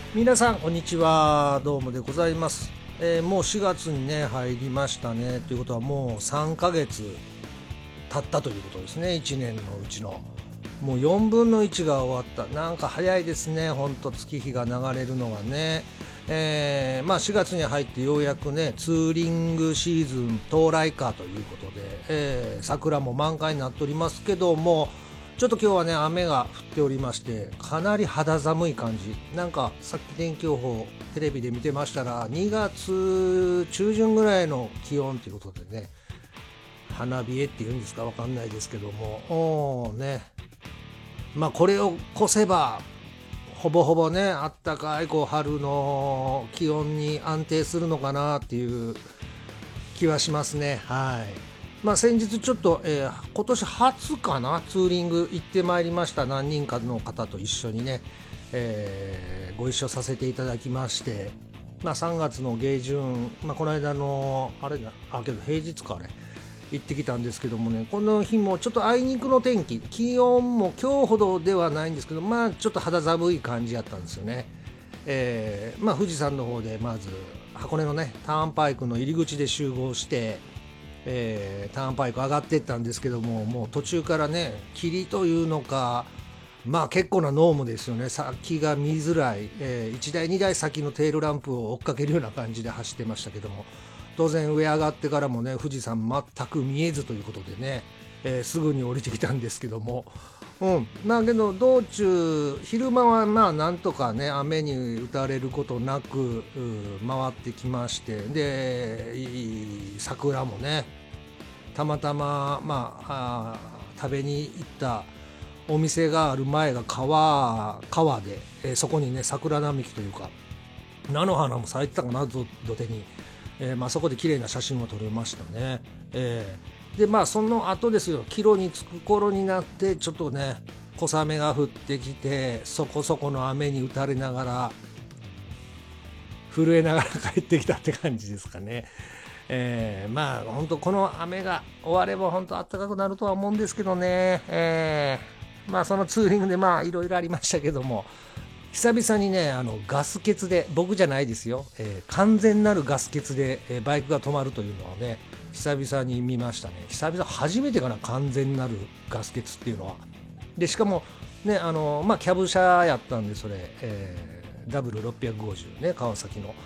皆さんこんにちは、どうもでございます。もう4月にね入りましたね。ということはもう3ヶ月経ったということですね。1年のうちのもう4分の1が終わった。なんか早いですね、ほんと月日が流れるのがね。4月に入ってようやくねツーリングシーズン到来かということで、桜も満開になっておりますけども、ちょっと今日はね雨が降っておりまして、かなり肌寒い感じ。なんかさっき天気予報テレビで見てましたら2月中旬ぐらいの気温ということでね、花冷えっていうんですかわかんないですけども、これを越せばほぼほぼねあったかい春の気温に安定するのかなっていう気はしますね。はい。先日ちょっと、今年初かなツーリング行ってまいりました。何人かの方と一緒にね、ご一緒させていただきまして、3月の下旬、この間のあれだけど平日かあれ行ってきたんですけどもね、この日もちょっとあいにくの天気、気温も今日ほどではないんですけど、ちょっと肌寒い感じやったんですよね。富士山の方でまず箱根のねターンパイクの入り口で集合して、ターンパイク上がっていったんですけども、もう途中からね霧というのか、結構な濃霧ですよね。先が見づらい、1台2台先のテールランプを追っかけるような感じで走ってましたけども、当然上上がってからもね富士山全く見えずということでね、すぐに降りてきたんですけども、けど道中昼間はなんとかね雨に打たれることなく回ってきまして、でいい桜もねたまたま、食べに行ったお店がある前が川で、そこにね桜並木というか菜の花も咲いてたかな、土手に、そこで綺麗な写真を撮れましたね。でその後ですよ、帰路に着く頃になってちょっとね小雨が降ってきて、そこそこの雨に打たれながら震えながら帰ってきたって感じですかね。本当この雨が終われば本当暖かくなるとは思うんですけどね。そのツーリングでいろいろありましたけども、久々にねガス欠で、僕じゃないですよ、完全なるガス欠で、バイクが止まるというのはね久々に見ましたね。久々初めてかな、完全なるガス欠っていうのは。でしかもねキャブ車やったんで、それ、W650 ね、川崎の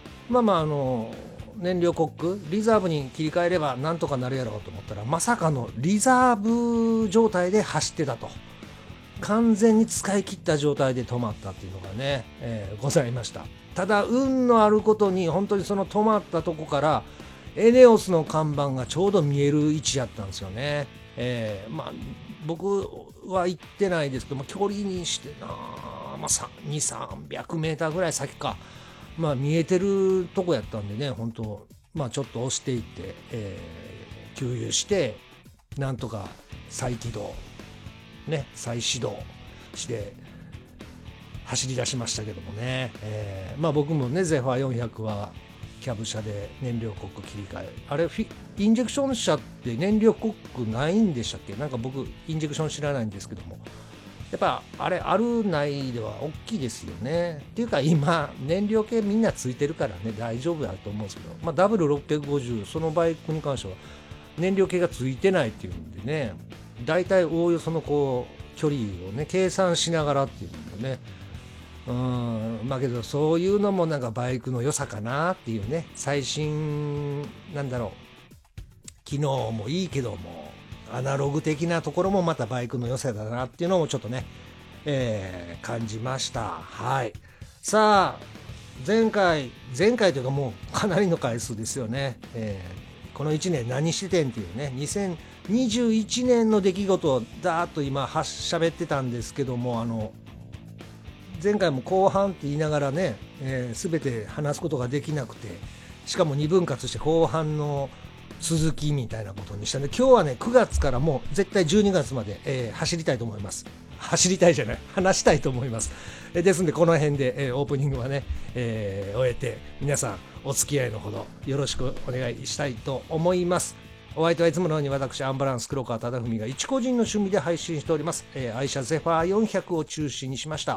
燃料コックリザーブに切り替えればなんとかなるやろうと思ったら、まさかのリザーブ状態で走ってたと。完全に使い切った状態で止まったっていうのがね、ございました。ただ運のあることに本当にその止まったとこからエネオスの看板がちょうど見える位置やったんですよね。僕は行ってないですけども、距離にしてな、200-300メーターぐらい先か、見えてるとこやったんでね、本当ちょっと押していって、給油してなんとか再起動ね、再始動して走り出しましたけどもね。僕もねゼファー400はキャブ車で燃料コック切り替え、あれインジェクション車って燃料コックないんでしたっけ。なんか僕インジェクション知らないんですけども、やっぱあれあるないでは大きいですよね。っていうか今燃料系みんなついてるからね大丈夫だと思うんですけど、W650 そのバイクに関しては燃料系がついてないっていうんでね、大体おおよその距離をね計算しながらっていうのね、けどそういうのもなんかバイクの良さかなっていうね。最新なんだろう、機能もいいけどもアナログ的なところもまたバイクの良さだなっていうのもちょっとね、感じました。はい。さあ前回というかもうかなりの回数ですよね。この1年何しててんっていうね、2021年の出来事をだーっと今喋ってたんですけども、前回も後半って言いながらね、全て話すことができなくて、しかも2分割して後半の続きみたいなことにしたんで、今日はね9月からもう絶対12月まで、走りたいと思います。走りたいじゃない、話したいと思います。ですんでこの辺で、オープニングはね、終えて皆さんお付き合いのほどよろしくお願いしたいと思います。お相手はいつものように私アンバランス黒川忠文が一個人の趣味で配信しております、愛車ゼファー400を中心にしました、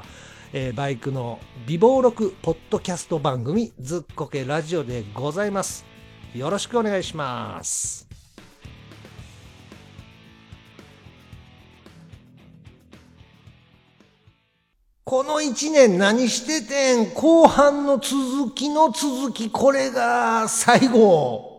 バイクの美貌録ポッドキャスト番組ずっこけラジオでございます。よろしくお願いします。この1年何しててん、後半の続きの続き、これが最後。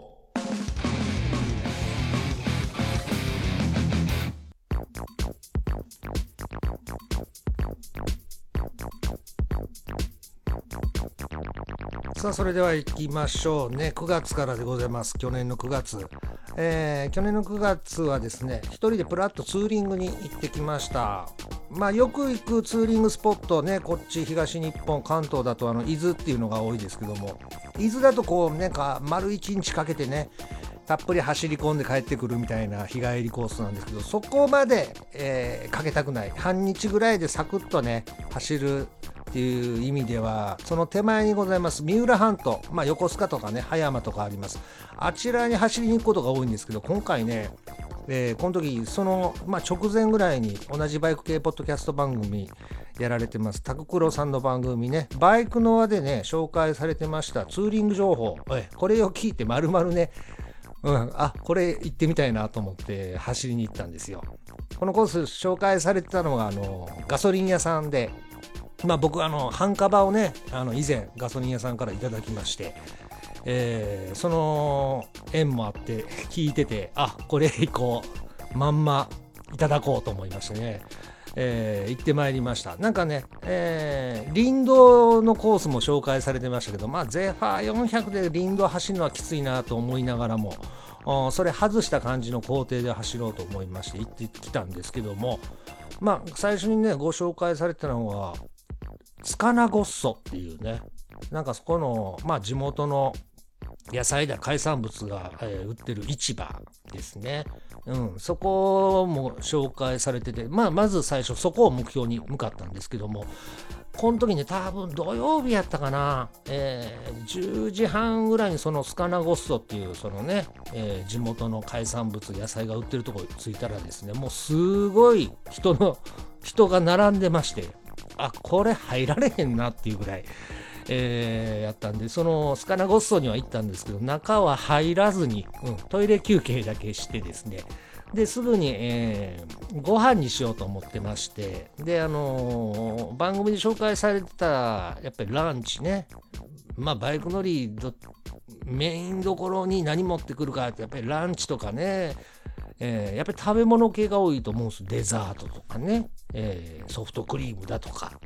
さあそれでは行きましょうね。9月からでございます。去年の9月、去年の9月はですね、一人でプラッとツーリングに行ってきました。よく行くツーリングスポットね、こっち東日本関東だと伊豆っていうのが多いですけども、伊豆だとこうね丸1日かけてねたっぷり走り込んで帰ってくるみたいな日帰りコースなんですけど、そこまで、かけたくない、半日ぐらいでサクッとね走るっていう意味では、その手前にございます三浦半島、横須賀とかね葉山とかあります。あちらに走りに行くことが多いんですけど、今回ね、この時その、直前ぐらいに同じバイク系ポッドキャスト番組やられてますタククロさんの番組ね、バイクの輪でね紹介されてましたツーリング情報、これを聞いて丸々ね、これ行ってみたいなと思って走りに行ったんですよ。このコース紹介されてたのがガソリン屋さんで、僕半カバをね以前ガソリン屋さんからいただきまして、その縁もあって聞いてて、これ行こう、まんまいただこうと思いましてね、行ってまいりました。なんかね、林道のコースも紹介されてましたけど、ゼファー400で林道走るのはきついなと思いながらも、それ外した感じの工程で走ろうと思いまして行ってきたんですけども、最初にねご紹介されてたのが塚名ごっそっていうね、なんかそこの地元の野菜だ海産物が、売ってる市場ですね。そこも紹介されてて、まず最初そこを目標に向かったんですけども、この時ね多分土曜日やったかな、10時半ぐらいにその塚名ごっそっていうそのね、地元の海産物野菜が売ってるところに着いたらですね、もうすごい人が並んでまして、これ入られへんなっていうぐらい、やったんで、そのスカナゴッソには行ったんですけど、中は入らずに、トイレ休憩だけしてですね、ですぐに、ご飯にしようと思ってまして、で番組で紹介されてたやっぱりランチね、バイク乗りメインどころに何持ってくるかって、やっぱりランチとかね、やっぱり食べ物系が多いと思うんです。デザートとかね、ソフトクリームだとか、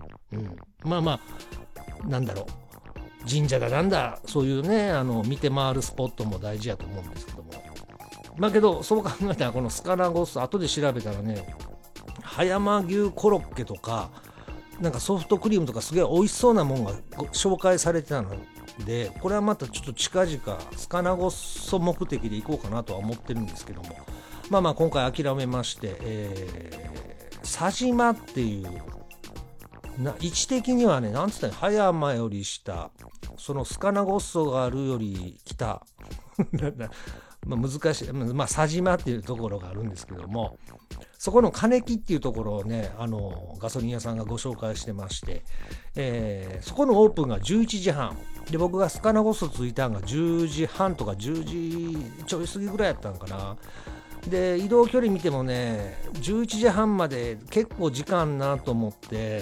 なんだろう、神社だなんだ、そういうね見て回るスポットも大事やと思うんですけども、けどそう考えたらこのスカナゴッソ後で調べたらね、葉山牛コロッケとかなんかソフトクリームとかすげえ美味しそうなもんが紹介されてたので、これはまたちょっと近々スカナゴッソ目的で行こうかなとは思ってるんですけども、今回諦めまして、佐島っていう位置的にはね、なんつったら葉山より下、そのスカナゴッソがあるより北難しい、佐島っていうところがあるんですけども、そこの金木っていうところをねガソリン屋さんがご紹介してまして、そこのオープンが11時半で、僕がスカナゴッソ着いたのが10時半とか10時ちょい過ぎぐらいやったんかな。で移動距離見てもね11時半まで結構時間なと思って、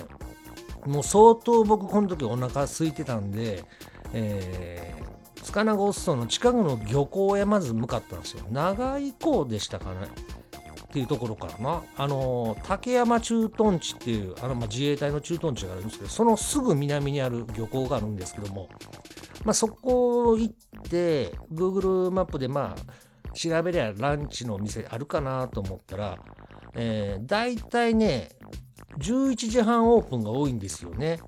もう相当僕この時お腹空いてたんで、スカナゴッソの近くの漁港へまず向かったんですよ。長井港でしたかねっていうところからな、竹山駐屯地っていう自衛隊の駐屯地があるんですけど、そのすぐ南にある漁港があるんですけども、そこ行って Google マップで調べりゃランチのお店あるかなと思ったら、だいたいね11時半オープンが多いんですよね。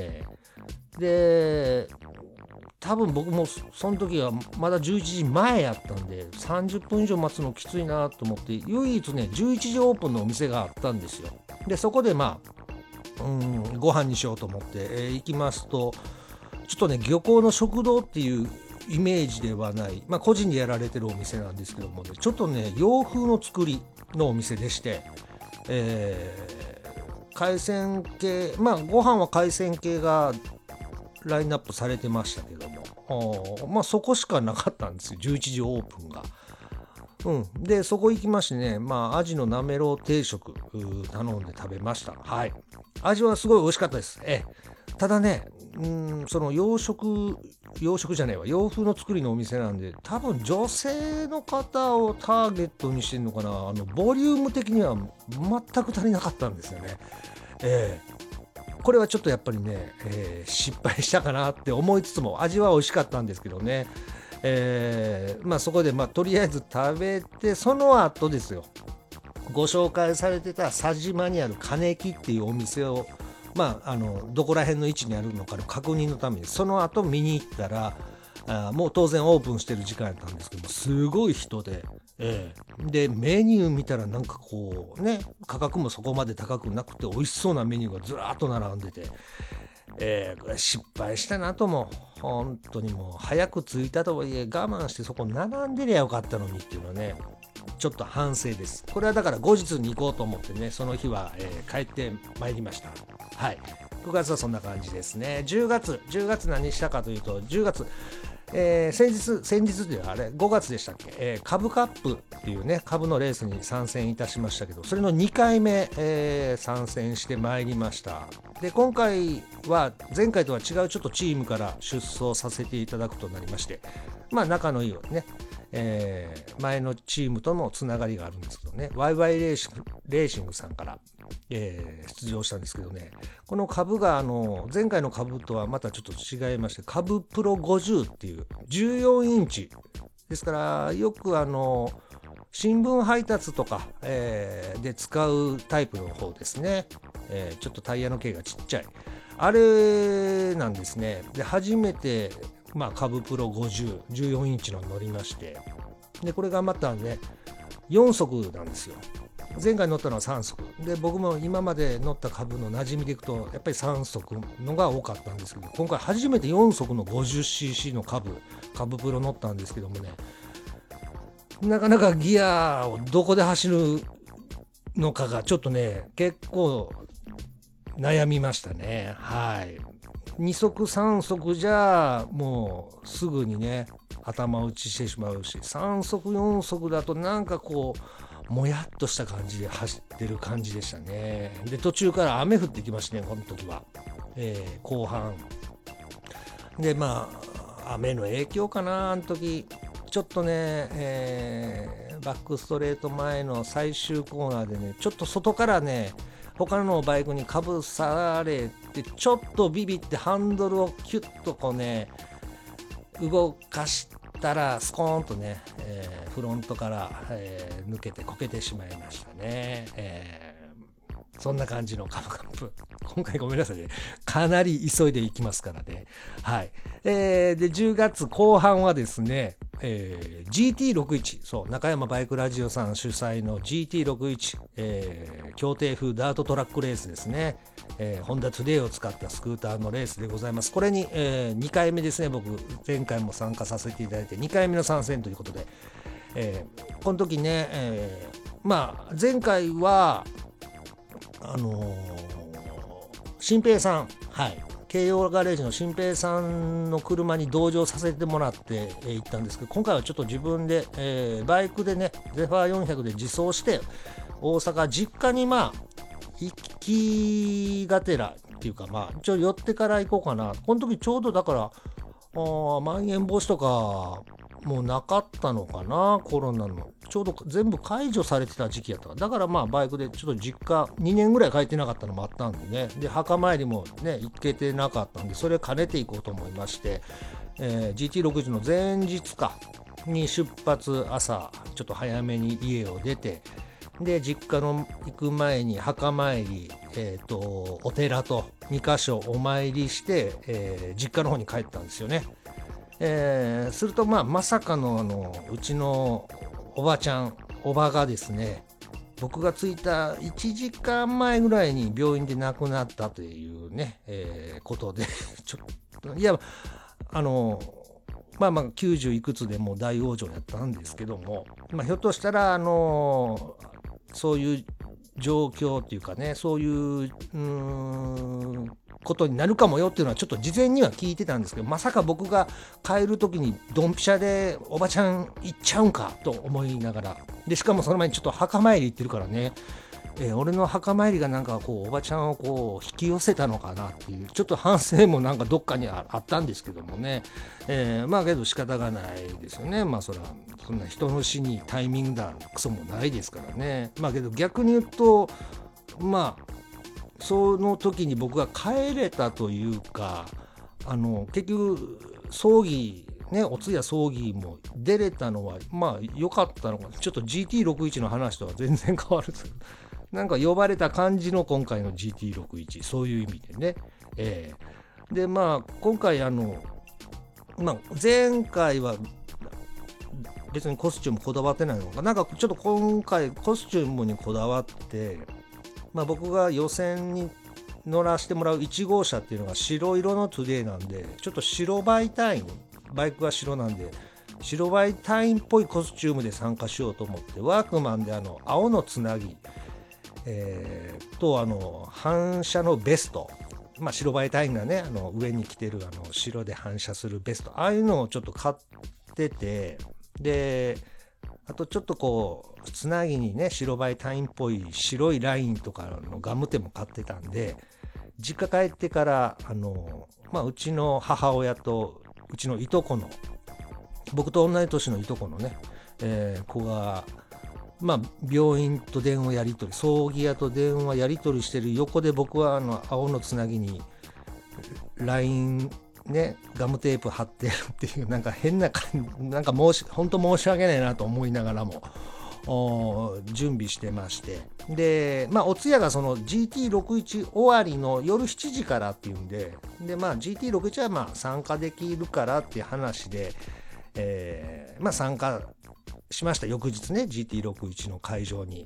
で多分僕もその時はまだ11時前やったんで30分以上待つのきついなと思って、唯一ね11時オープンのお店があったんですよ。でそこでご飯にしようと思って、行きますと、ちょっとね漁港の食堂っていうイメージではない、個人でやられてるお店なんですけどもね、ちょっとね洋風の作りのお店でして、 海鮮系、ご飯は海鮮系がラインナップされてましたけども、そこしかなかったんですよ、11時オープンが。でそこ行きましてね、アジのなめろう定食頼んで食べました。はい、味はすごい美味しかったです。ただね、その洋食じゃないわ、洋風の作りのお店なんで、多分女性の方をターゲットにしてるのかな。ボリューム的には全く足りなかったんですよね。これはちょっとやっぱりね、失敗したかなって思いつつも、味は美味しかったんですけどね。そこでとりあえず食べて、その後ですよ、ご紹介されてた佐島にある金木っていうお店をどこら辺の位置にあるのかの確認のためにその後見に行ったら、もう当然オープンしてる時間やったんですけども、すごい人で、でメニュー見たらなんかこうね、価格もそこまで高くなくて美味しそうなメニューがずらーっと並んでて、これ失敗したなとも、本当にもう早く着いたとはいえ我慢してそこ並んでりゃよかったのにっていうのはね、ちょっと反省です。これはだから後日に行こうと思ってね、その日は、帰ってまいりました。はい、9月はそんな感じですね。10月何したかというと、10月、先日ではあれ5月でしたっけ、株カップっていうね株のレースに参戦いたしましたけど、それの2回目、参戦してまいりました。で今回は前回とは違うちょっとチームから出走させていただくとなりまして、仲のいいね、前のチームともつながりがあるんですけどね、ワイワイレーシングさんから、出場したんですけどね、この株が前回の株とはまたちょっと違いまして、株プロ50っていう14インチですから、よく新聞配達とか、で使うタイプの方ですね。ちょっとタイヤの径がちっちゃいあれなんですね。で初めて株プロ50、14インチの乗りまして、でこれがまたね4速なんですよ。前回乗ったのは3速で、僕も今まで乗った株の馴染みでいくとやっぱり3速のが多かったんですけど、今回初めて4速の 50cc の株プロ乗ったんですけどもね、なかなかギアをどこで走るのかがちょっとね結構悩みましたね。はい、2速3速じゃもうすぐにね頭打ちしてしまうし、3速4速だとなんかこうもやっとした感じで走ってる感じでしたね。で途中から雨降ってきましてね、この時は、後半で雨の影響かな、あの時ちょっとね、バックストレート前の最終コーナーでね、ちょっと外からね他のバイクにかぶされて、ちょっとビビってハンドルをキュッとこうね動かしたらスコーンとね、フロントから、抜けてこけてしまいましたね。そんな感じのカップ今回ごめんなさいね、かなり急いでいきますからね。はい、で10月後半はですね、GT61、 そう中山バイクラジオさん主催の GT61、競艇風ダートトラックレースですね。ホンダトゥデイを使ったスクーターのレースでございます。これに、2回目ですね。僕前回も参加させていただいて2回目の参戦ということで、この時ね、前回は新平さん、京葉ガレージの新平さんの車に同乗させてもらって、行ったんですけど、今回はちょっと自分で、バイクでねゼファー400で自走して大阪実家に行きがてらっていうかちょっと寄ってから行こうかな。この時ちょうどだからまん延防止とかもうなかったのかな、コロナのちょうど全部解除されてた時期やったから、だからバイクでちょっと実家2年ぐらい帰ってなかったのもあったんでね、で墓参りもね行けてなかったんで、それを兼ねていこうと思いまして、GT60 の前日かに出発、朝ちょっと早めに家を出て、で実家の行く前に墓参り、お寺と2カ所お参りして、実家の方に帰ったんですよね。するとまさかのうちのおばがですね、僕が着いた1時間前ぐらいに病院で亡くなったというね、ことでちょっといや90いくつでもう大往生やったんですけども、ひょっとしたらそういう状況っていうかね、そういうことになるかもよっていうのはちょっと事前には聞いてたんですけど、まさか僕が帰る時にドンピシャでおばちゃん行っちゃうんかと思いながら、でしかもその前にちょっと墓参り行ってるからね、俺の墓参りがなんかこうおばちゃんをこう引き寄せたのかなっていうちょっと反省もなんかどっかにあったんですけどもね、まあけど仕方がないですよね。まあそんな人の死にタイミングだクソもないですからね。まあけど逆に言うとまあその時に僕が帰れたというか、結局葬儀ね、お通夜葬儀も出れたのはまあ良かったのかな。ちょっと GT61 の話とは全然変わるなんか呼ばれた感じの今回の GT61、そういう意味でね。でまあ今回まあ、前回は別にコスチュームこだわってないのかなんかちょっと今回コスチュームにこだわって、まあ、僕が予選に乗らせてもらう1号車っていうのが白色のトゥデイなんで、ちょっと白バイ隊員、バイクが白なんで白バイ隊員っぽいコスチュームで参加しようと思って、ワークマンで青のつなぎ、と反射のベスト、まあ、白バイ隊員がね上に着てる白で反射するベスト、ああいうのをちょっと買ってて、であとちょっとこうつなぎにね白バイ隊員っぽい白いラインとかのガムテも買ってたんで、実家帰ってからまあ、うちの母親とうちのいとこの僕と同じ年のいとこのね、子がまあ、病院と電話やり取り、葬儀屋と電話やり取りしてる横で僕は青のつなぎに LINE ねガムテープ貼ってるっていうなんか変な感じ、なんか本当申し訳ないなと思いながらも準備してまして、でまあお通夜がその GT61 終わりの夜7時からっていうんで、まあ GT61 はまあ参加できるからっていう話で、まあ参加しました。翌日ね GT61 の会場に、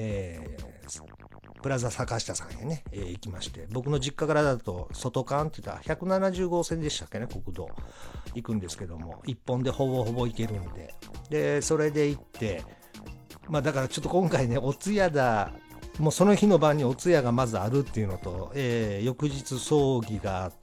プラザ坂下さんへね、行きまして、僕の実家からだと外環って言ったら170号線でしたっけね、国道行くんですけども、一本でほぼほぼ行けるんで、それで行って、まあだからちょっと今回ねお通夜だ、もうその日の晩にお通夜がまずあるっていうのと、翌日葬儀があって、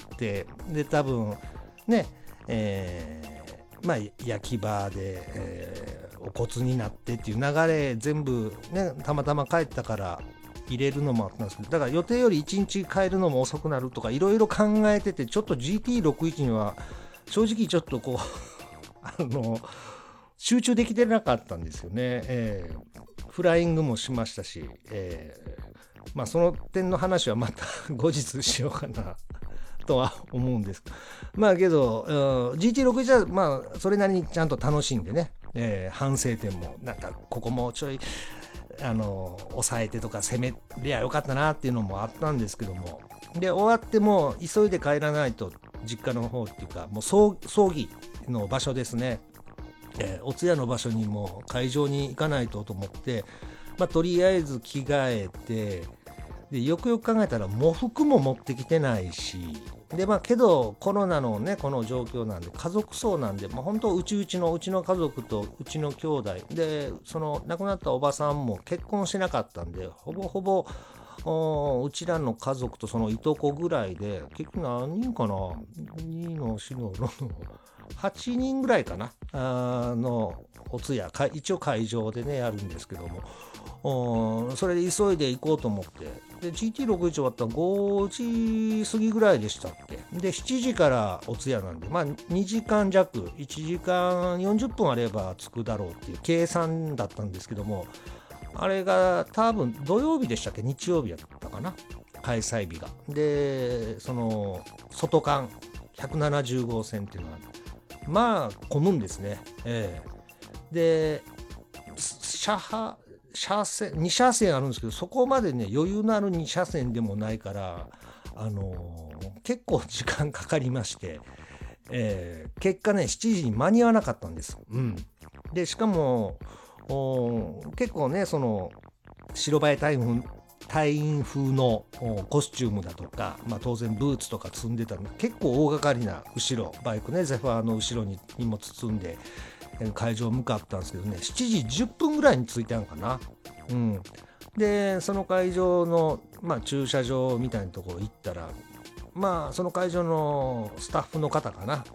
で多分ね、まあ焼き場で、お骨になってっていう流れ全部ねたまたま帰ったから入れるのもあったんですけど、だから予定より1日帰るのも遅くなるとかいろいろ考えてて、ちょっと GT61 には正直ちょっとこう集中できてなかったんですよね。フライングもしましたし、まあその点の話はまた後日しようかなとは思うんです。まあけど、GT61 はまあそれなりにちゃんと楽しんでね、反省点もなんかここもちょい抑えてとか攻めりゃよかったなっていうのもあったんですけども、で終わっても急いで帰らないと実家の方っていうかもう葬儀の場所ですね、お通夜の場所にも会場に行かないとと思って、まあ、とりあえず着替えて、でよくよく考えたら喪服も持ってきてないし、でまあけどコロナのねこの状況なんで家族葬なんで、まあ、本当うちの家族とうちの兄弟で、その亡くなったおばさんも結婚しなかったんで、ほぼほぼうちらの家族とそのいとこぐらいで、結局何人かな、2の4の6の8人ぐらいかなのお通夜、一応会場でねやるんですけども、それで急いで行こうと思って、で GT61 終わったら5時過ぎぐらいでしたっけ、で7時からお通夜なんで、まあ2時間弱1時間40分あれば着くだろうっていう計算だったんですけども、あれが多分土曜日でしたっけ、日曜日やったかな、開催日が。でその外環170号線っていうのはまあ混むんですね。で2車線あるんですけど、そこまでね余裕のある2車線でもないから、結構時間かかりまして、結果ね7時に間に合わなかったんです。でしかも結構ねその白バイ隊員風のコスチュームだとか、まあ、当然ブーツとか積んでたの結構大掛かりな後ろバイクね、ゼファーの後ろに荷物積んで会場向かったんですけどね、7時10分ぐらいに着いたのかな。 でその会場の、駐車場みたいなところ行ったら、その会場のスタッフの方かな、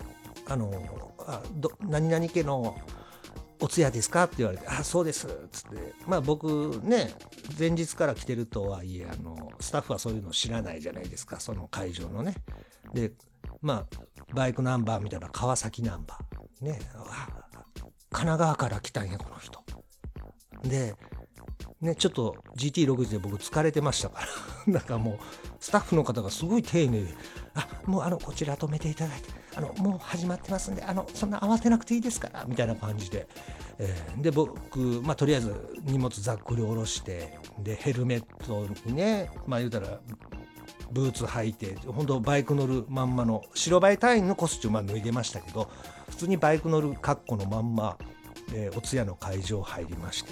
何々家のお通夜ですかって言われて、そうですっつって、僕ね、前日から来てるとはいえ、スタッフはそういうの知らないじゃないですか、その会場のね。でバイクナンバーみたいな川崎ナンバーね、神奈川から来たんやこの人でね、ちょっと GT61 で僕疲れてましたからなんかもうスタッフの方がすごい丁寧で、もうこちら止めていただいて、もう始まってますんで、そんな慌てなくていいですからみたいな感じで、で僕、とりあえず荷物ざっくり下ろして、でヘルメットにね、言うたらブーツ履いて、本当バイク乗るまんまの白バイ隊員のコスチュームは脱いでましたけど、普通にバイク乗る格好のまんま、お通夜の会場入りまして、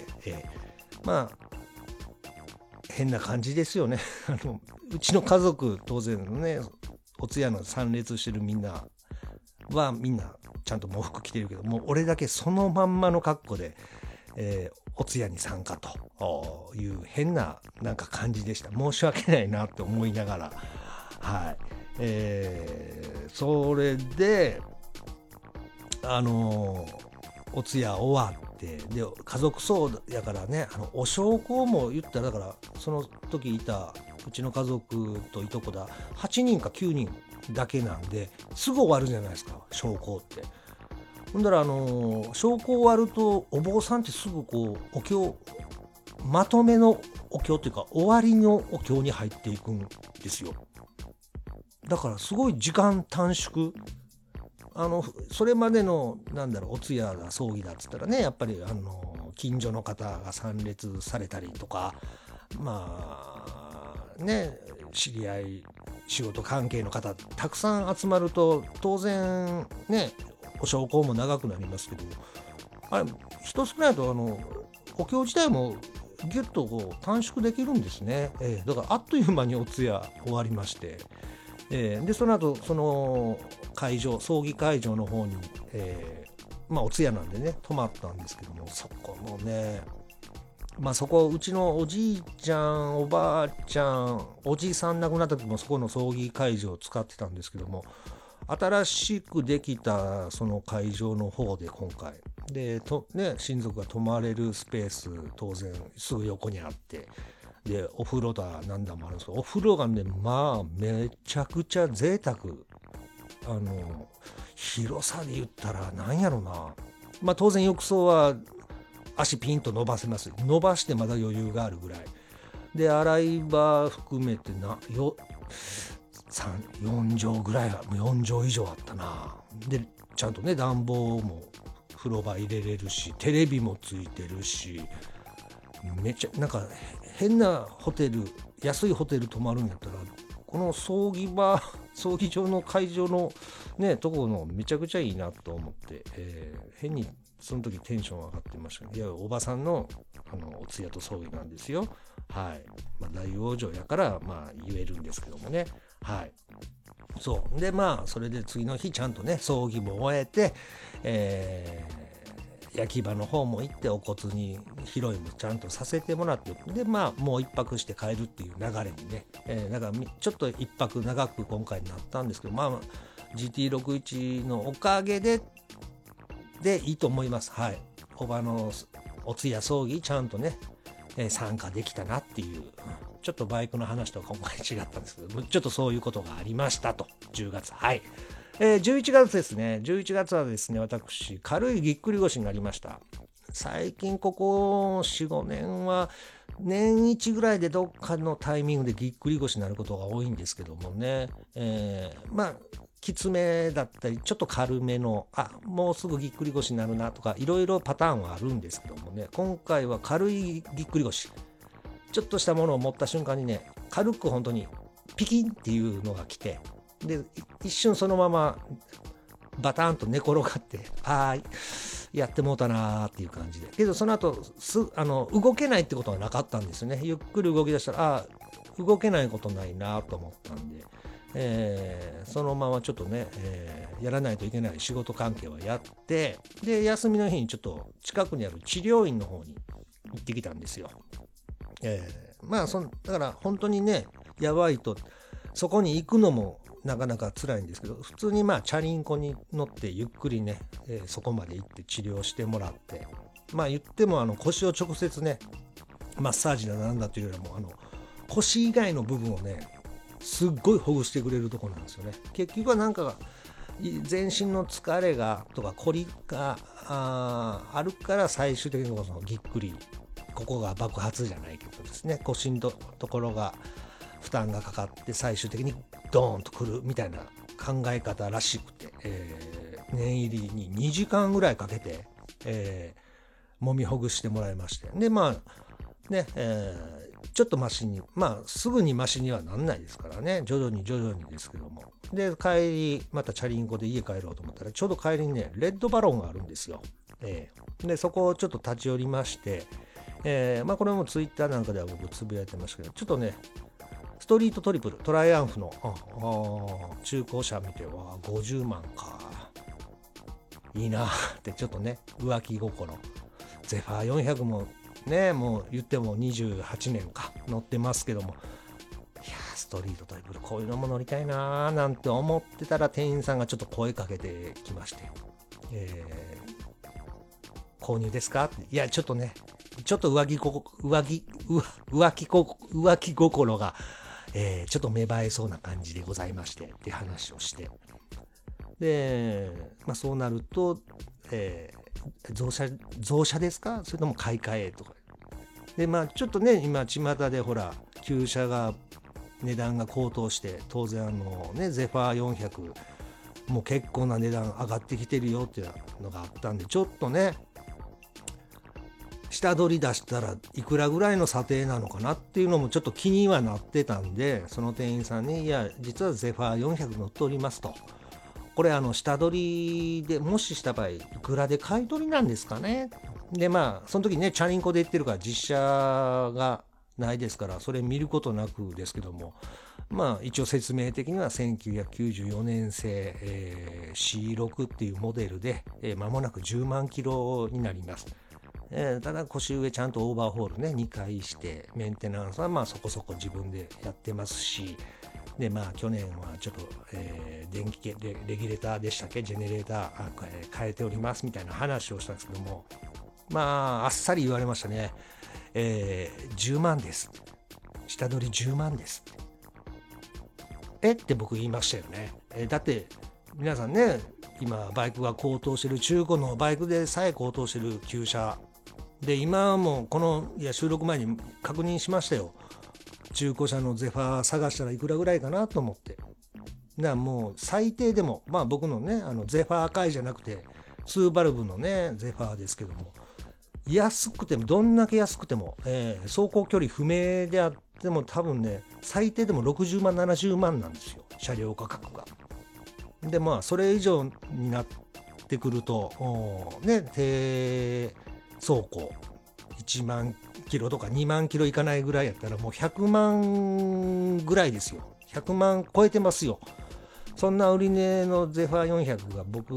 変な感じですよねうちの家族当然ね、お通夜の参列してるみんなはみんなちゃんと喪服着てるけど、もう俺だけそのまんまの格好で、お通夜に参加という変ななんか感じでした。申し訳ないなって思いながら、それでお通夜終わって、で家族葬やからね、お焼香も言ったら、だからその時いたうちの家族といとこだ8人か9人だけなんですぐ終わるじゃないですか、焼香って。ほんだら焼香終わるとお坊さんってすぐこうお経、まとめのお経っていうか終わりのお経に入っていくんですよ。だからすごい時間短縮、それまでのお通夜だ葬儀だっつったらね、やっぱり近所の方が参列されたりとか、知り合い仕事関係の方たくさん集まると当然ね、お焼香も長くなりますけど、人少ないとお経自体もギュッとこう短縮できるんですね。だからあっという間にお通夜終わりまして、でその後その会場、葬儀会場の方に、お通夜なんでね泊まったんですけども、そこのね、そこうちのおじいちゃんおばあちゃんおじさん亡くなった時もそこの葬儀会場を使ってたんですけども、新しくできたその会場の方で今回で親族が泊まれるスペース当然すぐ横にあって、でお風呂だなんだもあるんですけど、お風呂がねめちゃくちゃ贅沢、広さで言ったらなんやろな、当然浴槽は足ピンと伸ばせます、伸ばしてまだ余裕があるぐらいで、洗い場含めて4畳ぐらいは4畳以上あったな。でちゃんとね暖房も風呂場入れれるし、テレビもついてるし、めっちゃなんか変なホテル、安いホテル泊まるんやったらこの葬儀場の会場のねとこのめちゃくちゃいいなと思って、変にその時テンション上がってましたね。いやおばさんのお通夜と葬儀なんですよ。大往生やから言えるんですけどもね。そうでそれで次の日ちゃんとね葬儀も終えて、焼き場の方も行ってお骨に披露宴もちゃんとさせてもらって、でもう一泊して帰るっていう流れにね、だからちょっと一泊長く今回になったんですけど、GT61 のおかげでいいと思います。おばのお通夜葬儀ちゃんとね、参加できたなっていう、ちょっとバイクの話とは今回違ったんですけど、ちょっとそういうことがありましたと。10月11月ですね。11月はですね、私軽いぎっくり腰になりました。最近ここ 4,5 年は年1ぐらいでどっかのタイミングでぎっくり腰になることが多いんですけどもね、きつめだったりちょっと軽めのもうすぐぎっくり腰になるなとかいろいろパターンはあるんですけどもね、今回は軽いぎっくり腰、ちょっとしたものを持った瞬間にね軽く本当にピキンっていうのが来て、で一瞬そのままバタンと寝転がってやってもうたなーっていう感じで、けどその後動けないってことはなかったんですよね。ゆっくり動き出したら動けないことないなと思ったんで、そのままちょっとね、やらないといけない仕事関係はやって、で休みの日にちょっと近くにある治療院の方に行ってきたんですよ。 まあだから本当にねやばいとそこに行くのもなかなか辛いんですけど、普通にチャリンコに乗ってゆっくりね、そこまで行って治療してもらって、言っても腰を直接ねマッサージだなんだというよりも腰以外の部分をねすっごいほぐしてくれるところなんですよね。結局はなんか全身の疲れがとか凝りがあるから最終的にそのぎっくり、ここが爆発じゃないけどですね、腰のところが負担がかかって最終的にドーンとくるみたいな考え方らしくて、念入りに2時間ぐらいかけて、揉みほぐしてもらいまして、でね、ちょっとマシにすぐにマシにはなんないですからね、徐々にですけども、で帰りまたチャリンコで家帰ろうと思ったらちょうど帰りにねレッドバロンがあるんですよ。でそこをちょっと立ち寄りまして、これもツイッターなんかでは僕つぶやいてましたけど、ちょっとねストリートトリプルトライアンフの中古車見ては50万かいいなってちょっとね浮気心、ゼファー400もねもう言っても28年か乗ってますけども、いやストリートトリプルこういうのも乗りたいなーなんて思ってたら店員さんがちょっと声かけてきまして、購入ですかって、いやちょっとねちょっと浮気心が、ちょっと芽生えそうな感じでございましてって話をして、で、そうなると、増車ですか、それとも買い替えとかで、ちょっとね今巷でほら旧車が値段が高騰して、当然ゼファー400もう結構な値段上がってきてるよっていうのがあったんで、ちょっとね下取り出したらいくらぐらいの査定なのかなっていうのもちょっと気にはなってたんで、その店員さんに、いや実はゼファー400乗っておりますと、これ下取りでもしした場合いくらで買い取りなんですかね。でその時ねチャリンコで行ってるから実車がないですからそれ見ることなくですけども、一応説明的には1994年製、C6 っていうモデルで間もなく10万キロになります。ただ腰上ちゃんとオーバーホールね2回してメンテナンスはそこそこ自分でやってますし、で去年はちょっと、電気系でレギュレーターでしたっけ、ジェネレーター変えておりますみたいな話をしたんですけども、あっさり言われましたね。10万です、下取り10万ですって僕言いましたよね。だって皆さんね今バイクが高騰してる、中古のバイクでさえ高騰してる旧車で、今もこの収録前に確認しましたよ。中古車のゼファー探したらいくらぐらいかなと思って、もう最低でも僕のねゼファー界じゃなくて2バルブのねゼファーですけども、安くてもどんだけ安くても、走行距離不明であっても多分ね最低でも60万70万なんですよ、車両価格が。でそれ以上になってくると低走行1万キロとか2万キロいかないぐらいやったらもう100万ぐらいですよ。100万超えてますよ。そんな売り値のゼファー400が僕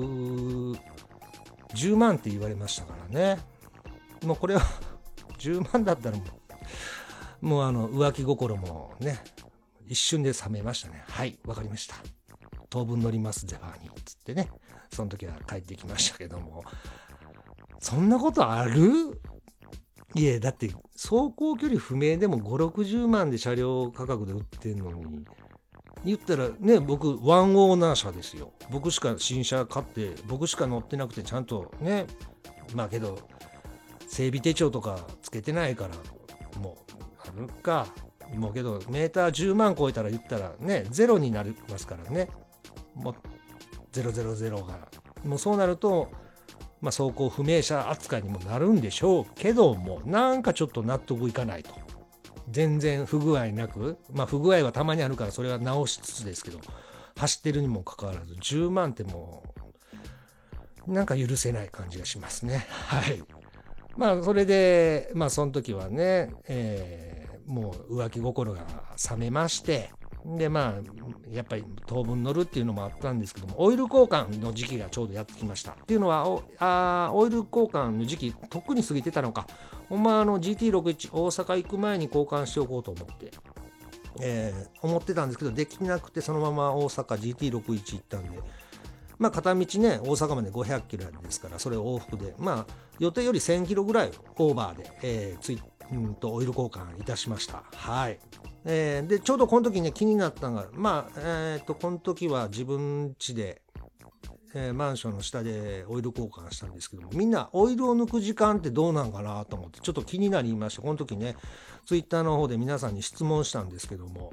10万って言われましたからね。もうこれは10万だったらもう浮気心もね一瞬で冷めましたね。はい、わかりました、当分乗りますゼファーにつってね、その時は帰ってきましたけども、そんなことある？いえだって走行距離不明でも5、60万で車両価格で売ってんのに、言ったらね僕ワンオーナー車ですよ。僕しか新車買って僕しか乗ってなくてちゃんとねけど整備手帳とかつけてないからもうあるかもうけどメーター10万超えたら言ったらねゼロになりますからね、もう000がもうそうなると走行不明者扱いにもなるんでしょうけども、なんかちょっと納得いかないと。全然不具合なく、不具合はたまにあるからそれは直しつつですけど、走ってるにもかかわらず10万ってもうなんか許せない感じがしますね。はい。それでその時はね、もう浮気心が冷めまして、 でやっぱり当分乗るっていうのもあったんですけども、オイル交換の時期がちょうどやってきました。っていうのはオイル交換の時期とっくに過ぎてたのか、GT61 大阪行く前に交換しておこうと思って、思ってたんですけど、できなくてそのまま大阪 GT61 行ったんで、片道ね大阪まで500キロですから、それを往復で予定より1000キロぐらいオーバーで、オイル交換いたしました。はい。でちょうどこの時ね気になったのが、この時は自分家で、マンションの下でオイル交換したんですけども、みんなオイルを抜く時間ってどうなんかなと思ってちょっと気になりました。この時ねツイッターの方で皆さんに質問したんですけども、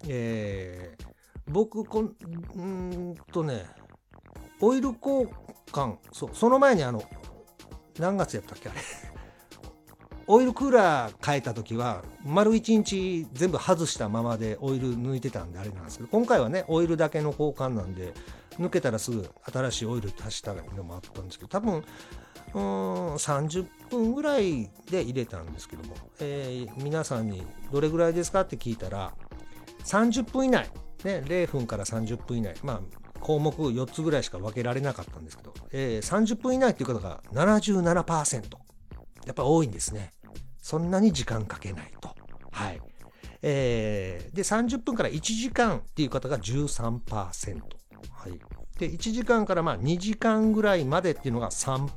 僕オイル交換、その前に何月やったっけあれオイルクーラー変えた時は丸1日全部外したままでオイル抜いてたんであれなんですけど、今回はねオイルだけの交換なんで抜けたらすぐ新しいオイル足したのもあったんですけど、多分30分ぐらいで入れたんですけども、皆さんにどれぐらいですかって聞いたら30分以内、ね、0分から30分以内、項目4つぐらいしか分けられなかったんですけど、30分以内っていう方が 77%、 やっぱ多いんですね。そんなに時間かけないと。はい。で30分から1時間っていう方が 13%、はい。で1時間から2時間ぐらいまでっていうのが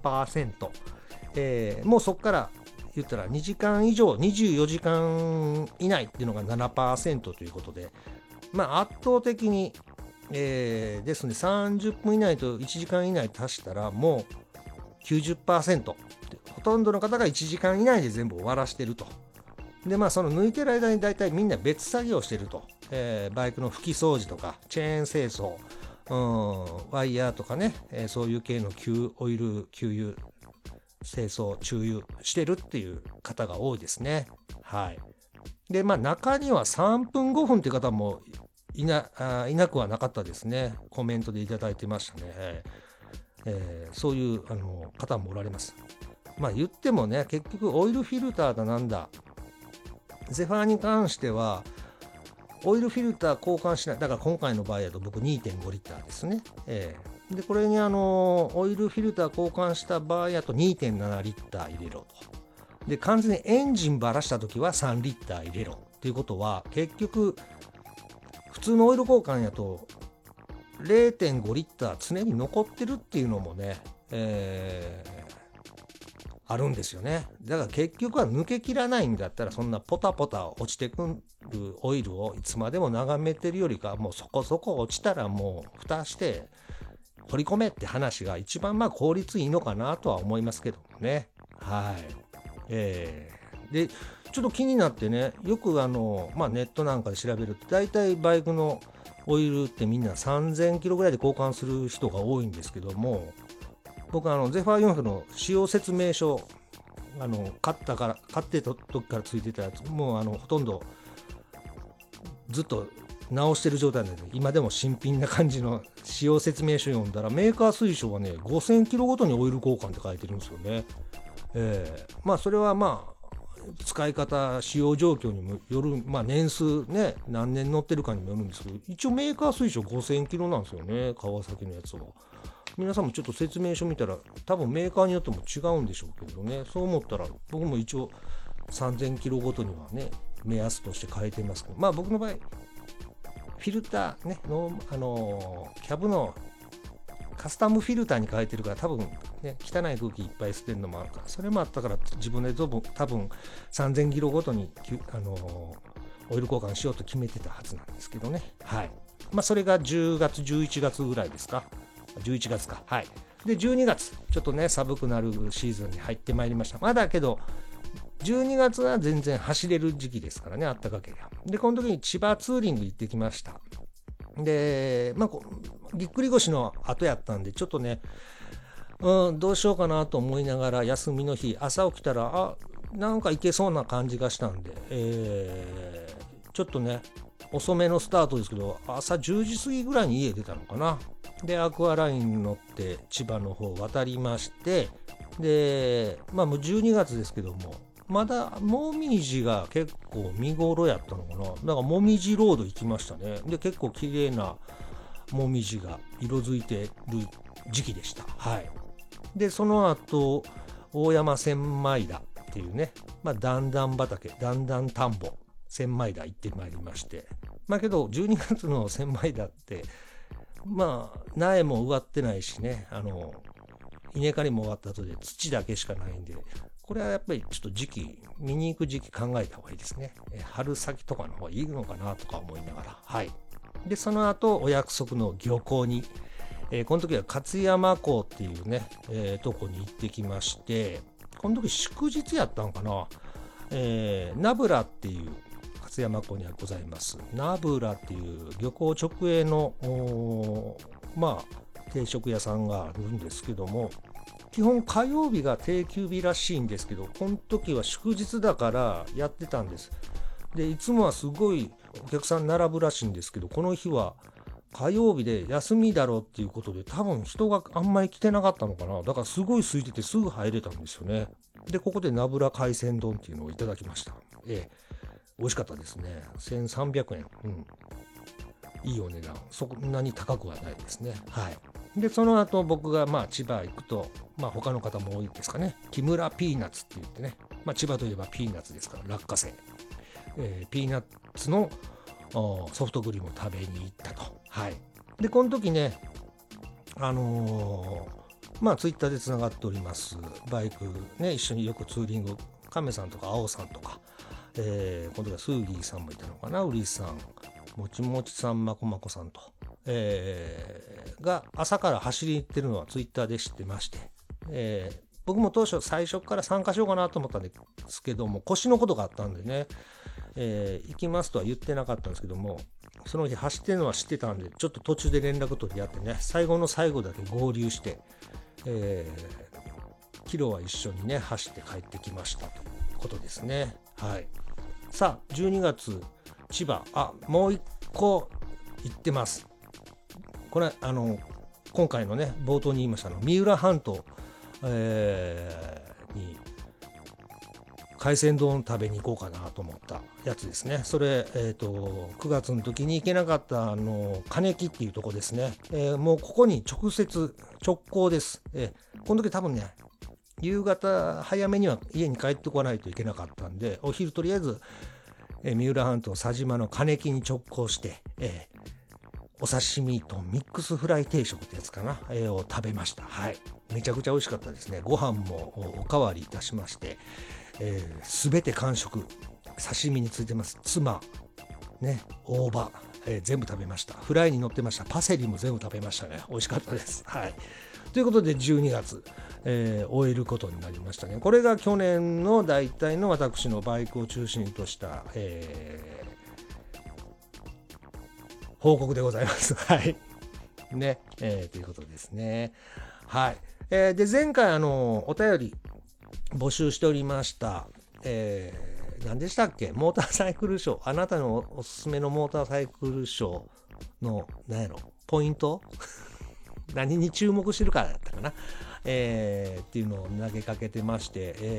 3%、もうそこから言ったら2時間以上24時間以内っていうのが 7% ということで、圧倒的に、ですね30分以内と1時間以内足したらもう 90%、ほとんどの方が1時間以内で全部終わらしてると。でその抜いてる間に大体みんな別作業してると、バイクの拭き掃除とかチェーン清掃、ワイヤーとかね、そういう系のオイル給油清掃注油してるっていう方が多いですね。はい。で中には3分5分っていう方もいなくはなかったですね。コメントでいただいてましたね。そういう方もおられます。言ってもね結局オイルフィルターだなんだ、ゼファーに関してはオイルフィルター交換しない。だから今回の場合だと僕 2.5 リッターですね。でこれにオイルフィルター交換した場合だと 2.7 リッター入れろと。で完全にエンジンばらした時は3リッター入れろっていうことは、結局普通のオイル交換やと 0.5 リッター常に残ってるっていうのもね、あるんですよね。だから結局は抜けきらないんだったら、そんなポタポタ落ちてくるオイルをいつまでも眺めてるよりか、もうそこそこ落ちたらもう蓋して掘り込めって話が一番効率いいのかなとは思いますけどもね。はい。でちょっと気になってね、よくネットなんかで調べると大体バイクのオイルってみんな3000キロぐらいで交換する人が多いんですけども、僕ゼファー400の使用説明書買ってた時からついてたやつ、もうほとんどずっと直してる状態なので、今でも新品な感じの使用説明書読んだら、メーカー推奨はね5000キロごとにオイル交換って書いてるんですよね。それは使い方使用状況にもよる、年数ね何年乗ってるかにもよるんですけど、一応メーカー推奨5000キロなんですよね、川崎のやつは。皆さんもちょっと説明書見たら多分メーカーによっても違うんでしょうけどね。そう思ったら僕も一応3000キロごとにはね目安として変えてますけど、僕の場合フィルターねのキャブのカスタムフィルターに変えてるから、多分ね汚い空気いっぱい捨てるのもあるから、それもあったから自分で多分3000キロごとにオイル交換しようと決めてたはずなんですけどね。はい。それが10月11月ぐらいですか。11月か。はい。で12月ちょっとね寒くなるシーズンに入ってまいりました。だけど12月は全然走れる時期ですからね、あったかければ。でこの時に千葉ツーリング行ってきました。でぎっくり腰の後やったんでちょっとね、どうしようかなと思いながら、休みの日朝起きたらなんか行けそうな感じがしたんで、ちょっとね遅めのスタートですけど、朝10時過ぎぐらいに家出たのかな。でアクアラインに乗って千葉の方渡りまして、でもう12月ですけども、 まだもみじが結構見頃やったのかな。だからもみじロード行きましたね。で結構綺麗なもみじが色づいてる時期でした。はい。でその後大山千枚田っていうね、段々畑、段々田んぼ、千枚田行ってまいりまして、けど12月の千枚田って苗も植わってないしね、稲刈りも終わった後で土だけしかないんで、これはやっぱりちょっと時期、見に行く時期考えた方がいいですね。春先とかの方がいいのかなとか思いながら。はい。でその後お約束の漁港に、この時は勝山港っていうね、とこに行ってきまして、この時祝日やったのかな。ナブラっていう勝山港にはございますナブラっていう漁港直営の定食屋さんがあるんですけども、基本火曜日が定休日らしいんですけど、この時は祝日だからやってたんです。でいつもはすごいお客さん並ぶらしいんですけど、この日は火曜日で休みだろうっていうことで多分人があんまり来てなかったのかな。だからすごい空いててすぐ入れたんですよね。でここでナブラ海鮮丼っていうのをいただきました。美味しかったですね。1300円、いいお値段、そんなに高くはないですね。はい。でその後僕が千葉行くと、他の方も多いですかね、木村ピーナッツって言ってね、千葉といえばピーナッツですから、落花生、ピーナッツのソフトクリームを食べに行ったと。はい。でこの時ね、ツイッターでつながっておりますバイクね、一緒によくツーリング、亀さんとか青さんとか、今度はスーギーさんもいたのかな、ウリさん、もちもちさん、まこまこさんと、が朝から走りに行ってるのはツイッターで知ってまして、僕も当初最初から参加しようかなと思ったんですけども、腰のことがあったんでね、行きますとは言ってなかったんですけども、その日走ってるのは知ってたんで、ちょっと途中で連絡取り合ってね、最後の最後だけ合流して、キロは一緒にね走って帰ってきましたということですね。はい。さあ12月千葉、もう一個行ってます。これ今回のね冒頭に言いました三浦半島、に海鮮丼食べに行こうかなと思ったやつですね。それ、9月の時に行けなかった金木っていうとこですね。もうここに直行です。この時多分ね夕方早めには家に帰ってこないといけなかったんで、お昼とりあえず、三浦半島佐島の金木に直行して、お刺身とミックスフライ定食ってやつかな、を食べました。はい。めちゃくちゃ美味しかったですね。ご飯もおかわりいたしまして、すべて完食。刺身についてます妻ね、大葉、全部食べました。フライに乗ってましたパセリも全部食べましたね。美味しかったです。はい。ということで12月、終えることになりましたね。これが去年の大体の私のバイクを中心とした、報告でございます。はい。ね、ということですね。はい。で前回お便り募集しておりました。何でしたっけ、モーターサイクルショー、あなたのおすすめのモーターサイクルショーのポイント何に注目してるかだったかな、っていうのを投げかけてまして、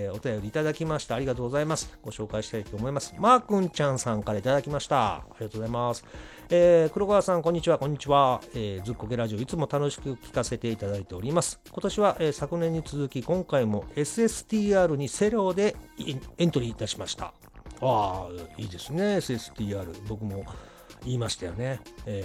お便りいただきました。ありがとうございます。ご紹介したいと思います。マーくんちゃんさんからいただきました。ありがとうございます。黒川さんこんにちは。こんにちは。ずっこけラジオいつも楽しく聞かせていただいております。今年は、昨年に続き今回も SSTR にセロでエントリーいたしました。いいですね。 SSTR 僕も言いましたよね。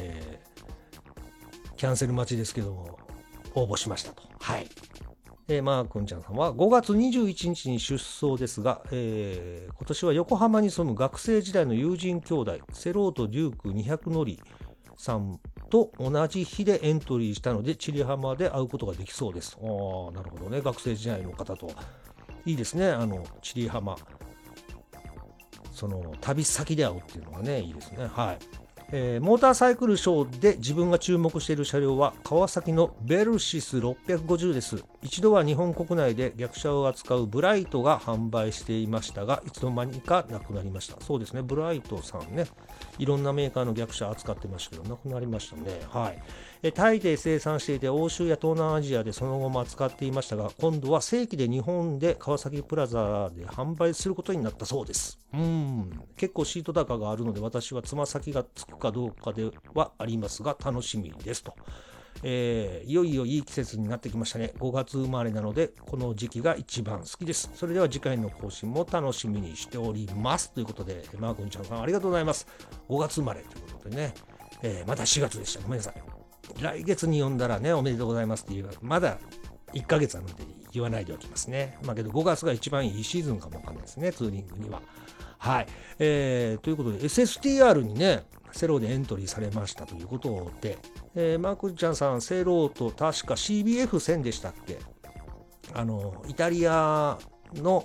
キャンセル待ちですけども応募しましたと。はい。マーくんちゃんさんは5月21日に出走ですが、今年は横浜に住む学生時代の友人兄弟セロートデューク200乗りさんと同じ日でエントリーしたので千里浜で会うことができそうです。なるほどね。学生時代の方といいですね。千里浜、その旅先で会うっていうのがねいいですね。はい。モーターサイクルショーで自分が注目している車両は川崎のベルシス650です。一度は日本国内で逆車を扱うブライトが販売していましたが、いつの間にかなくなりました。そうですね、ブライトさんね、いろんなメーカーの逆車扱ってましたけどなくなりましたね。はい。 タイで生産していて欧州や東南アジアでその後も扱っていましたが、今度は正規で日本で川崎プラザで販売することになったそうです。結構シート高があるので私はつま先がつくかどうかではありますが楽しみですと。いよいよいい季節になってきましたね。5月生まれなのでこの時期が一番好きです。それでは次回の更新も楽しみにしておりますということで、マー君ちゃんさんありがとうございます。5月生まれということでね、まだ4月でした。ごめんなさい。来月に読んだらね、おめでとうございますっていう、まだ1ヶ月なので言わないでおきますね。けど5月が一番いいシーズンかもわかんないですね、ツーリングには。はい。ということで SSTR にね、セロでエントリーされましたということで、マークちゃんさん、セロと確か CBF1000 でしたっけ？イタリアの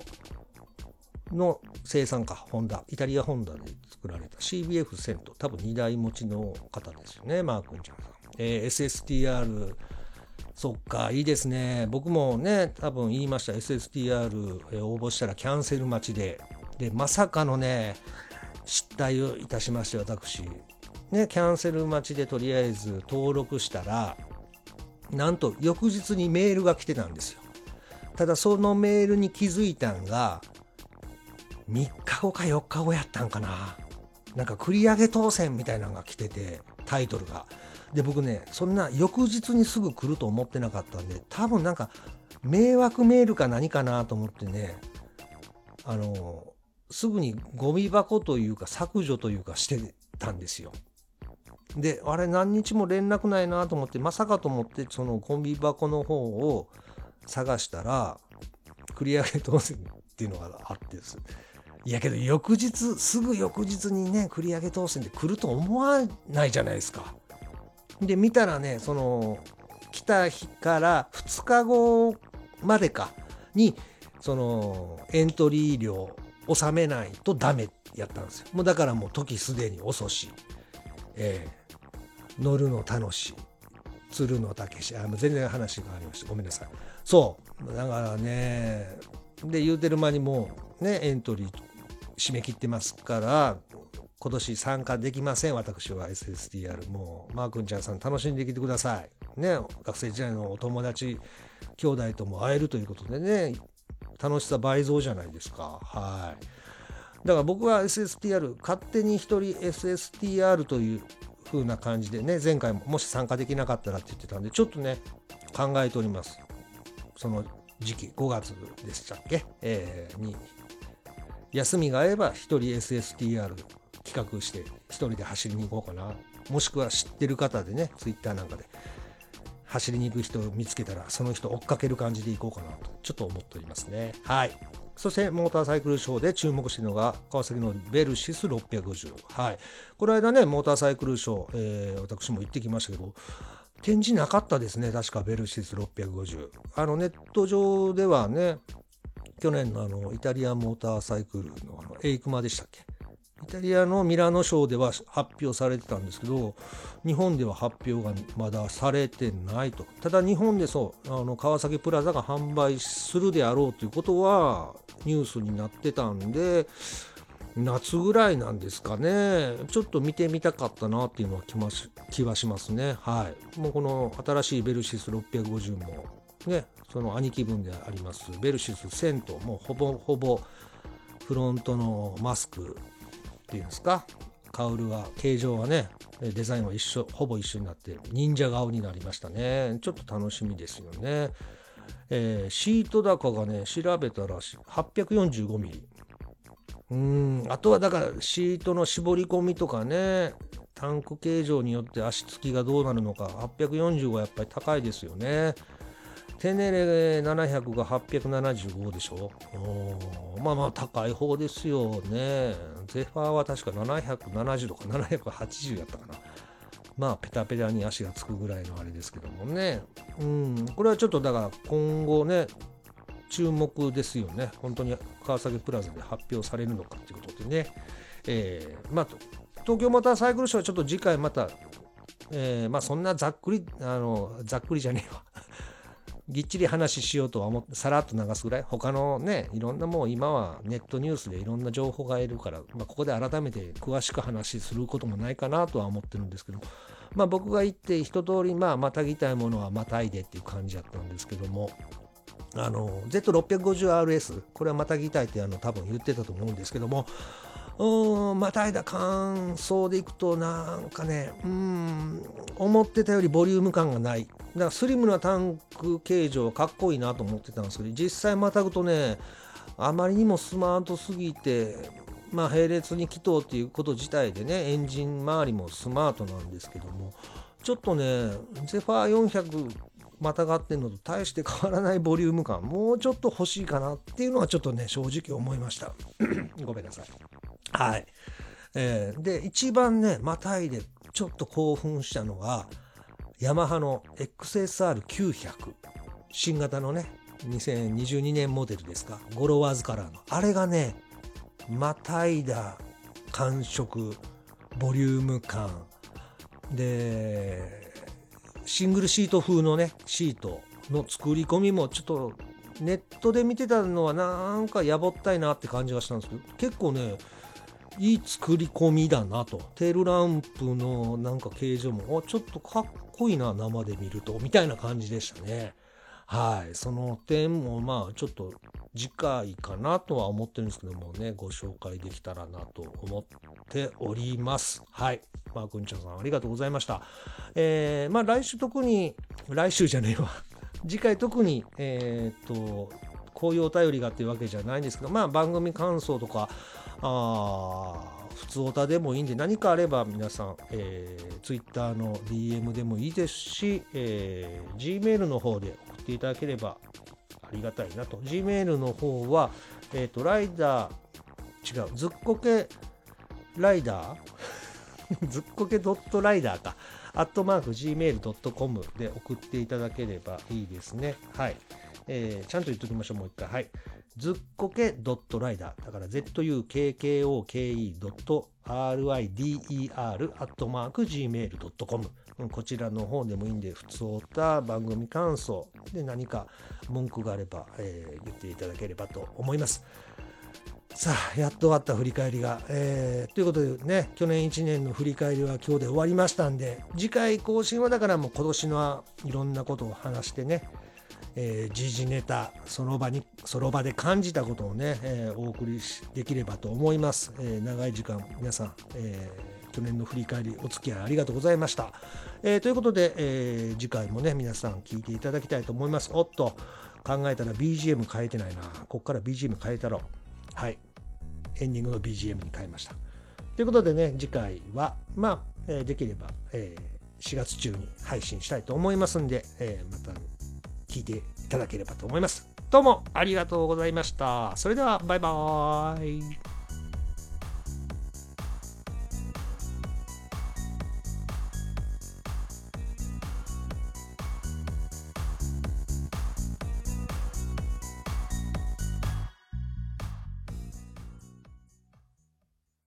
生産か、イタリアホンダで作られた CBF1000 と多分2台持ちの方ですよね、マークちゃんさん。SSTR、そっか、いいですね。僕もね、多分言いました。SSTR、応募したらキャンセル待ちで、まさかのね、失態をいたしまして、私。ね、キャンセル待ちでとりあえず登録したら、なんと翌日にメールが来てたんですよ。ただそのメールに気づいたんが、3日後か4日後やったんかな。なんか繰り上げ当選みたいなのが来てて、タイトルが。で、僕ね、そんな翌日にすぐ来ると思ってなかったんで、多分なんか迷惑メールか何かなと思ってね、すぐにゴミ箱というか削除というかしてたんですよ。で、あれ何日も連絡ないなと思って、まさかと思ってそのゴミ箱の方を探したら、繰り上げ当選っていうのがあってです。いやけどすぐ翌日にね、繰り上げ当選で来ると思わないじゃないですか。で、見たらね、来た日から2日後までかに、エントリー料納めないとダメやったんですよ。もうだからもう時すでに遅し、乗るの楽しい、釣るのたけし、もう全然話がありました。ごめんなさい。そう。だからね、で、言うてる間にもうね、エントリー締め切ってますから、今年参加できません。私は SSTR。もう、マー君ちゃんさん楽しんできてください。ね、学生時代のお友達、兄弟とも会えるということでね、楽しさ倍増じゃないですか。はい。だから僕は SSTR、勝手に一人 SSTR という風な感じでね、前回もし参加できなかったらって言ってたんで、ちょっとね、考えております。その時期、5月でしたっけ、に、休みが合えば一人 SSTR企画して一人で走りに行こうかな。もしくは知ってる方でね、ツイッターなんかで走りに行く人を見つけたら、その人追っかける感じで行こうかなと、ちょっと思っておりますね。はい。そしてモーターサイクルショーで注目しているのが川崎のベルシス650。はい。この間ね、モーターサイクルショー、私も行ってきましたけど、展示なかったですね。確かベルシス650。ネット上ではね、去年のイタリアモーターサイクルのエイクマでしたっけ、イタリアのミラノショーでは発表されてたんですけど、日本では発表がまだされてないと。ただ日本で川崎プラザが販売するであろうということはニュースになってたんで、夏ぐらいなんですかね。ちょっと見てみたかったなっていうのは気はしますね。はい。もうこの新しいベルシス650もね、その兄貴分でありますベルシス1000ともうほぼフロントのマスクっていうんですか、カウルは形状はね、デザインはほぼ一緒になって忍者顔になりましたね。ちょっと楽しみですよね。シート高がね、調べたら845ミリ。あとはだからシートの絞り込みとかね、タンク形状によって足つきがどうなるのか、845はやっぱり高いですよね。テネレ700が875でしょ。まあ高い方ですよね。ゼファーは確か770とか780やったかな。まあペタペタに足がつくぐらいのあれですけどもね。これはちょっとだから今後ね、注目ですよね。本当に川崎プラザで発表されるのかということでね。東京モーターサイクルショーはちょっと次回また、そんなざっくりじゃねえわ。ぎっちり話しようとはさらっと流すぐらい、他のね、いろんなもう今はネットニュースでいろんな情報が得るから、ここで改めて詳しく話することもないかなとは思ってるんですけど、 僕が行って一通りまたぎたいものはまたいでっていう感じだったんですけども、Z650RS これはまたぎたいって多分言ってたと思うんですけども、またいだ感想でいくとなんかね、思ってたよりボリューム感がない。だからスリムなタンク形状かっこいいなと思ってたんですけど、実際またぐとね、あまりにもスマートすぎて、並列に気筒っていうこと自体でね、エンジン周りもスマートなんですけども、ちょっとねゼファー400またがってんのと大して変わらないボリューム感、もうちょっと欲しいかなっていうのはちょっとね正直思いましたごめんなさい。はい、で一番ねまたいでちょっと興奮したのがヤマハの XSR900 新型のね2022年モデルですか、ゴロワーズカラーのあれがね、またいだ感触、ボリューム感でシングルシート風のねシートの作り込みもちょっとネットで見てたのはなんかやぼったいなって感じがしたんですけど、結構ねいい作り込みだなと。テールランプのなんか形状もちょっとかっこいいな生で見るとみたいな感じでしたね。はい、その点もちょっと次回かなとは思ってるんですけどもね、ご紹介できたらなと思っております。はい、マークンチャさんありがとうございました。来週特に、来週じゃねえわ次回特にこういうお便りがっていうわけじゃないんですけど、番組感想とか普通オタでもいいんで、何かあれば皆さん、Twitter の DM でもいいですし、Gmail の方で送っていただければありがたいなと。Gmail の方は、ライダー、ずっこけライダーずっこけドットライダーか、@gmail.com で送っていただければいいですね。はい。ちゃんと言っときましょう、もう一回。はい。ずっこけドットライダーだから zukkoke.rider@gmail.com、こちらの方でもいいんで、普通おた番組感想で何か文句があれば、言っていただければと思います。さあやっと終わった振り返りが、ということでね、去年1年の振り返りは今日で終わりましたんで、次回更新はだからもう今年のいろんなことを話してね、時事ネタその場で感じたことをね、お送りできればと思います。長い時間皆さん、去年の振り返りお付き合いありがとうございました。ということで、次回もね皆さん聞いていただきたいと思います。おっと考えたら BGM 変えてないな。こっから BGM 変えたろう。はい、エンディングの BGM に変えました。ということでね、次回はできれば、4月中に配信したいと思いますんで、また聞いていただければと思います。どうもありがとうございました。それではバイバーイ。